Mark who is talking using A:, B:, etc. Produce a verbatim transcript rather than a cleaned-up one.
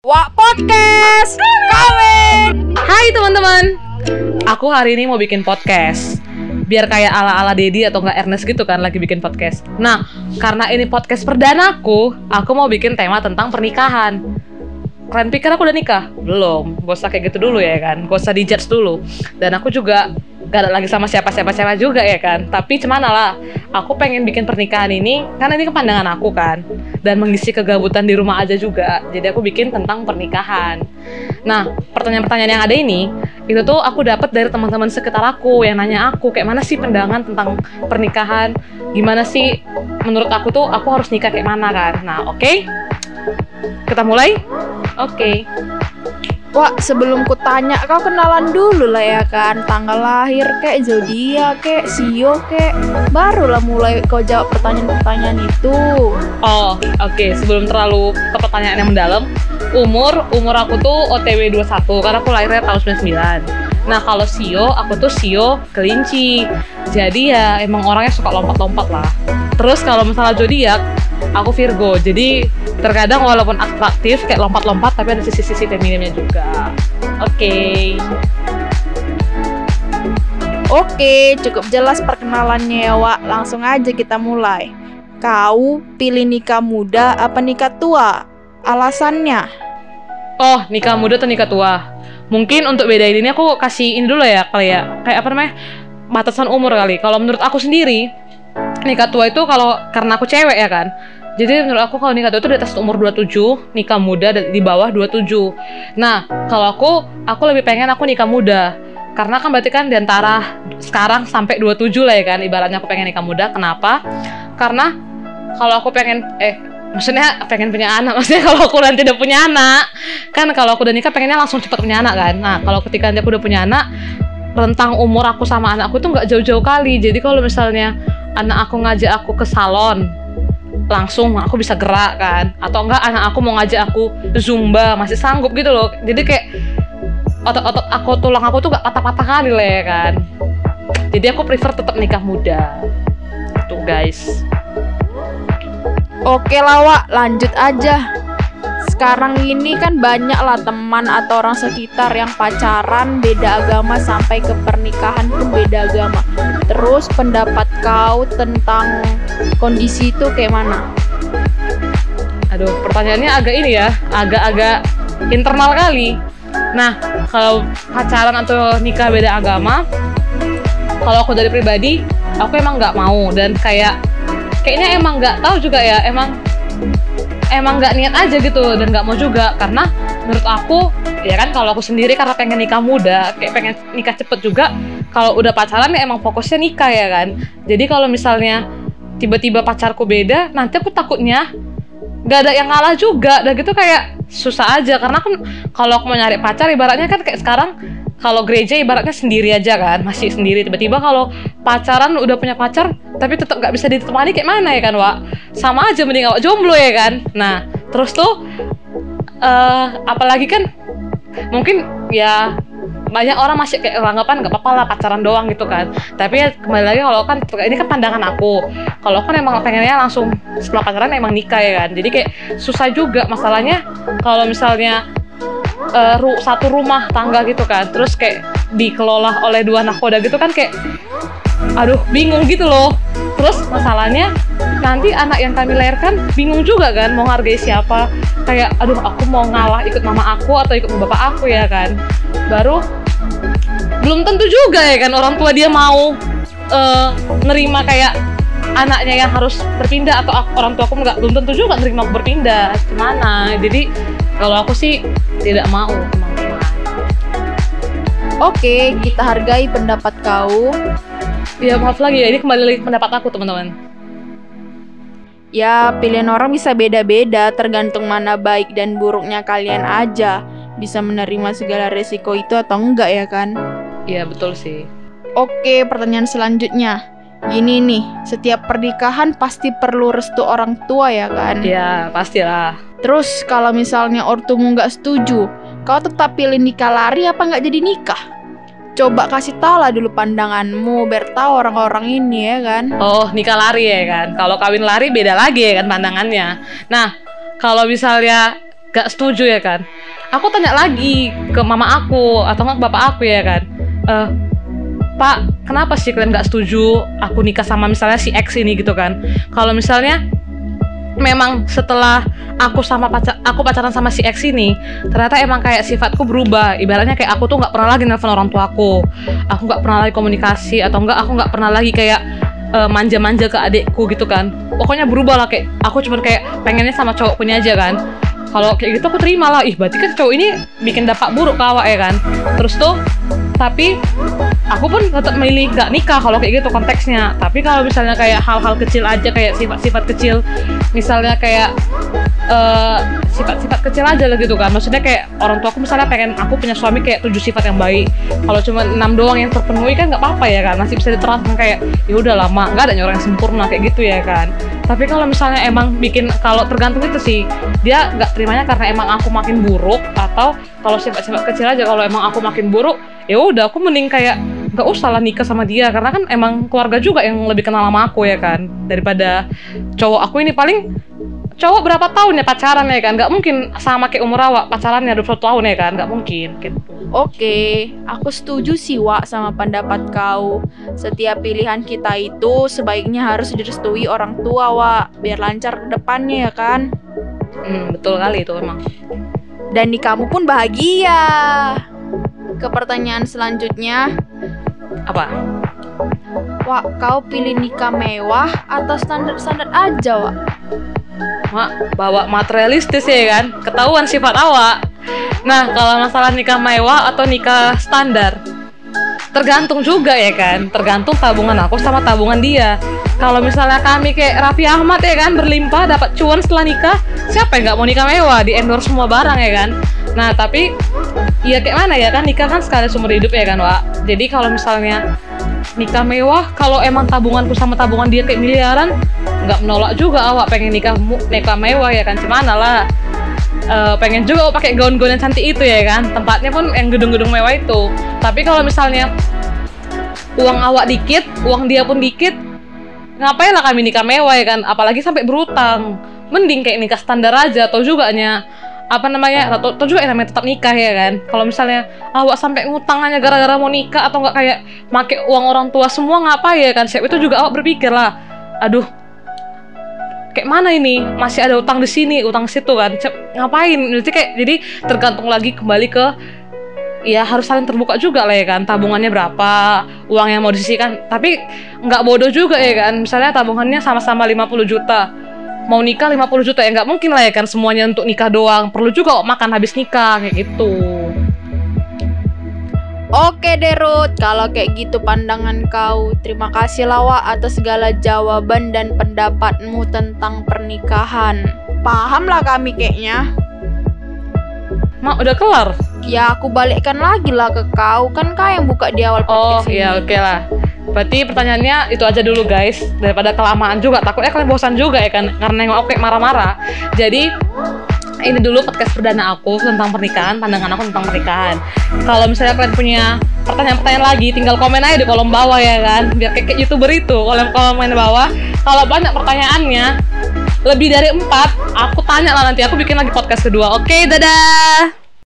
A: Wak Podcast Kawin.
B: Hai teman-teman, aku hari ini mau bikin podcast biar kayak ala-ala Dedi atau nggak Ernest gitu kan lagi bikin podcast. Nah, karena ini podcast perdanaku, aku mau bikin tema tentang pernikahan. Kalian pikir aku udah nikah? Belum, gak usah kayak gitu dulu ya kan, gak usah dijudge dulu. Dan aku juga gak ada lagi sama siapa-siapa juga ya kan. Tapi cemana lah, aku pengen bikin pernikahan ini karena ini kepandangan aku kan, dan mengisi kegabutan di rumah aja juga. Jadi aku bikin tentang pernikahan. Nah, pertanyaan-pertanyaan yang ada ini itu tuh aku dapat dari teman-teman sekitar aku yang nanya aku kayak mana sih pandangan tentang pernikahan, gimana sih menurut aku tuh aku harus nikah kayak mana kan. Nah, oke, okay. Kita mulai. Oke. Okay.
A: Wak, sebelum ku tanya, kau kenalan dulu lah ya kan. Tanggal lahir kek, zodiak kek, sio kek. Barulah mulai kau jawab pertanyaan-pertanyaan itu.
B: Oh, oke. Okay. Sebelum terlalu ke pertanyaan yang mendalam, Umur, umur aku tuh O T W dua puluh satu karena aku lahirnya tahun sembilan puluh sembilan. Nah, kalau sio, aku tuh sio kelinci. Jadi ya emang orangnya suka lompat-lompat lah. Terus kalau misalnya zodiak, aku Virgo. Jadi terkadang walaupun atraktif kayak lompat-lompat, tapi ada sisi-sisi feminimnya juga. Oke. Okay.
A: Oke, cukup jelas perkenalannya ya, Wak. Langsung aja kita mulai. Kau pilih nikah muda apa nikah tua? Alasannya?
B: Oh, nikah muda atau nikah tua? Mungkin untuk bedain ini aku kasih ini dulu ya kali ya. Kayak apa namanya? Batasan umur kali. Kalau menurut aku sendiri, nikah tua itu kalau karena aku cewek ya kan. Jadi menurut aku kalau nikah tua itu di atas umur dua puluh tujuh, nikah muda di bawah dua puluh tujuh. Nah, kalau aku aku lebih pengen aku nikah muda. Karena kan berarti kan di antara sekarang sampai dua puluh tujuh lah ya kan. Ibaratnya aku pengen nikah muda. Kenapa? Karena kalau aku pengen eh maksudnya pengen punya anak, maksudnya kalau aku nanti udah punya anak, kan kalau aku udah nikah pengennya langsung cepat punya anak kan. Nah, kalau ketika nanti aku udah punya anak, rentang umur aku sama anakku tuh nggak jauh-jauh kali. Jadi kalau misalnya anak aku ngajak aku ke salon, langsung aku bisa gerak kan. Atau enggak anak aku mau ngajak aku zumba, masih sanggup gitu loh. Jadi kayak otot-otot aku, tulang aku tuh gak patah-patah kali lah ya kan. Jadi aku prefer tetap nikah muda. Tuh guys.
A: Oke lah, Wak, lanjut aja. Sekarang ini kan banyak lah teman atau orang sekitar yang pacaran beda agama sampai ke pernikahan pun beda agama. Terus pendapat kau tentang kondisi itu kayak mana?
B: Aduh, pertanyaannya agak ini ya, agak-agak internal kali. Nah, kalau pacaran atau nikah beda agama, kalau aku dari pribadi, aku emang nggak mau. Dan kayak kayaknya emang nggak tahu juga ya, emang emang nggak niat aja gitu dan nggak mau juga. Karena menurut aku ya kan, kalau aku sendiri karena pengen nikah muda, kayak pengen nikah cepet juga. Kalau udah pacaran ya emang fokusnya nikah ya kan. Jadi kalau misalnya tiba-tiba pacarku beda, nanti aku takutnya nggak ada yang ngalah juga. Dan gitu kayak susah aja. Karena kan kalau aku mau nyari pacar, ibaratnya kan kayak sekarang kalau gereja ibaratnya sendiri aja kan, masih sendiri. Tiba-tiba kalau pacaran udah punya pacar tapi tetap nggak bisa ditemani, kayak mana ya kan, Wak? Sama aja mending awak jomblo ya kan. Nah terus tuh uh, apalagi kan mungkin ya banyak orang masih kayak anggapan nggak apa-apa lah pacaran doang gitu kan. Tapi ya kembali lagi, kalau kan ini kan pandangan aku, kalau kan emang pengennya langsung setelah pacaran emang nikah ya kan. Jadi kayak susah juga masalahnya kalau misalnya Uh, ru- satu rumah tangga gitu kan, terus kayak dikelola oleh dua nakoda gitu kan, kayak aduh bingung gitu loh. Terus masalahnya nanti anak yang kami lahirkan bingung juga kan mau hargai siapa. Kayak aduh aku mau ngalah ikut mama aku atau ikut bapak aku ya kan. Baru belum tentu juga ya kan orang tua dia mau uh, nerima kayak anaknya yang harus berpindah, atau aku, orang tua aku nggak, belum tentu juga nerima aku berpindah kemana. Jadi kalau aku sih tidak mau, teman-teman.
A: Oke, kita hargai pendapat kau.
B: Ya maaf lagi ya, ini kembali lagi pendapat aku, teman-teman.
A: Ya, pilihan orang bisa beda-beda, tergantung mana baik dan buruknya kalian aja. Bisa menerima segala resiko itu atau enggak ya kan?
B: Iya, betul sih.
A: Oke, pertanyaan selanjutnya. Gini nih, setiap pernikahan pasti perlu restu orang tua ya kan?
B: Iya, pastilah.
A: Terus kalau misalnya ortumu nggak setuju, kau tetap pilih nikah lari apa nggak jadi nikah? Coba kasih tau lah dulu pandanganmu, biar tahu orang-orang ini ya kan.
B: Oh, nikah lari ya kan. Kalau kawin lari beda lagi ya kan pandangannya. Nah, kalau misalnya gak setuju ya kan. Aku tanya lagi ke mama aku atau nggak ke bapak aku ya kan, eh Pak, kenapa sih kalian gak setuju aku nikah sama misalnya si X ini gitu kan? Kalau misalnya memang setelah aku sama pacar, aku pacaran sama si X ini, ternyata emang kayak sifatku berubah. Ibaratnya kayak aku tuh nggak pernah lagi nelfon orang tuaku, aku nggak pernah lagi komunikasi, atau enggak aku nggak pernah lagi kayak uh, manja-manja ke adekku gitu kan. Pokoknya berubah lah, kayak aku cuma kayak pengennya sama cowokku ini aja kan. Kalau kayak gitu aku terima lah. Ih, berarti kan cowok ini bikin dampak buruk ke awak ya kan. Terus tuh tapi aku pun tetap milih gak nikah kalau kayak gitu konteksnya. Tapi kalau misalnya kayak hal-hal kecil aja, kayak sifat-sifat kecil, misalnya kayak uh, sifat-sifat kecil aja lah gitu kan. Maksudnya kayak orang tua aku misalnya pengen aku punya suami kayak tujuh sifat yang baik. Kalau cuma enam doang yang terpenuhi kan nggak apa-apa ya kan, masih bisa diterapkan kayak ya udah lama, nggak ada orang yang sempurna kayak gitu ya kan. Tapi kalau misalnya emang bikin, kalau tergantung itu sih, dia nggak terimanya karena emang aku makin buruk, atau kalau sifat-sifat kecil aja kalau emang aku makin buruk, ya udah aku mending kayak nggak usah lah nikah sama dia, karena kan emang keluarga juga yang lebih kenal sama aku ya kan, daripada cowok aku ini. Paling cowok berapa tahun ya pacaran ya kan, nggak mungkin sama kayak umur awak pacarannya dua puluh satu tahun ya kan, nggak mungkin gitu.
A: Oke, aku setuju sih Wak sama pendapat kau. Setiap pilihan kita itu sebaiknya harus direstui orang tua Wak, biar lancar ke depannya ya kan.
B: Hmm, betul kali itu emang.
A: Dan nikahmu pun bahagia. Ke pertanyaan selanjutnya,
B: Apa?
A: Wak, kau pilih nikah mewah atau standar-standar aja Wak?
B: Mak, bawa materialistis ya kan, ketahuan sifat awak. Nah, kalau masalah nikah mewah atau nikah standar, tergantung juga ya kan, tergantung tabungan aku sama tabungan dia. Kalau misalnya kami kayak Raffi Ahmad ya kan, berlimpah dapat cuan setelah nikah, siapa yang nggak mau nikah mewah, di endorse semua barang ya kan. Nah tapi ya kayak mana ya kan, nikah kan sekali seumur hidup ya kan Wak. Jadi kalau misalnya nikah mewah, kalau emang tabunganku sama tabungan dia kayak miliaran, nggak menolak juga awak pengen nikah nikah mewah ya kan. Cemana lah, uh, pengen juga awak pakai gaun-gaun yang cantik itu ya kan, tempatnya pun yang gedung-gedung mewah itu. Tapi kalau misalnya uang awak dikit, uang dia pun dikit, ngapain lah kami nikah mewah ya kan, apalagi sampai berutang. Mending kayak nikah standar aja, atau juga nya apa namanya, atau, atau juga yang namanya tetap nikah ya kan. Kalau misalnya awak sampai ngutang hanya gara-gara mau nikah, atau nggak kayak make uang orang tua semua, ngapain ya kan. Siap itu juga awak berpikir lah, aduh kayak mana ini, masih ada utang di sini, utang situ kan, Cep, ngapain. Jadi kayak, jadi tergantung lagi kembali ke, ya harus saling terbuka juga lah ya kan, tabungannya berapa, uang yang mau disisihkan. Tapi nggak bodoh juga ya kan, misalnya tabungannya sama-sama lima puluh juta, mau nikah lima puluh juta, ya nggak mungkin lah ya kan semuanya untuk nikah doang, perlu juga makan habis nikah kayak gitu.
A: Oke deh Ruth, kalau kayak gitu pandangan kau. Terima kasih Lawa atas segala jawaban dan pendapatmu tentang pernikahan. Paham lah kami kayaknya.
B: Mak udah kelar?
A: Ya aku balikkan lagi lah ke kau, kan kau yang buka di awal podcast
B: Oh
A: ini.
B: iya, oke okay lah. Berarti pertanyaannya itu aja dulu guys, daripada kelamaan juga, takutnya kalian bosan juga ya kan, karena nengok aku kayak marah-marah. Jadi ini dulu podcast perdana aku tentang pernikahan, pandangan aku tentang pernikahan. Kalau misalnya kalian punya pertanyaan-pertanyaan lagi, tinggal komen aja di kolom bawah ya kan, biar kayak, kayak YouTuber itu, kolom komen bawah. Kalau banyak pertanyaannya, lebih dari empat, aku tanya lah nanti, aku bikin lagi podcast kedua. Oke, dadah!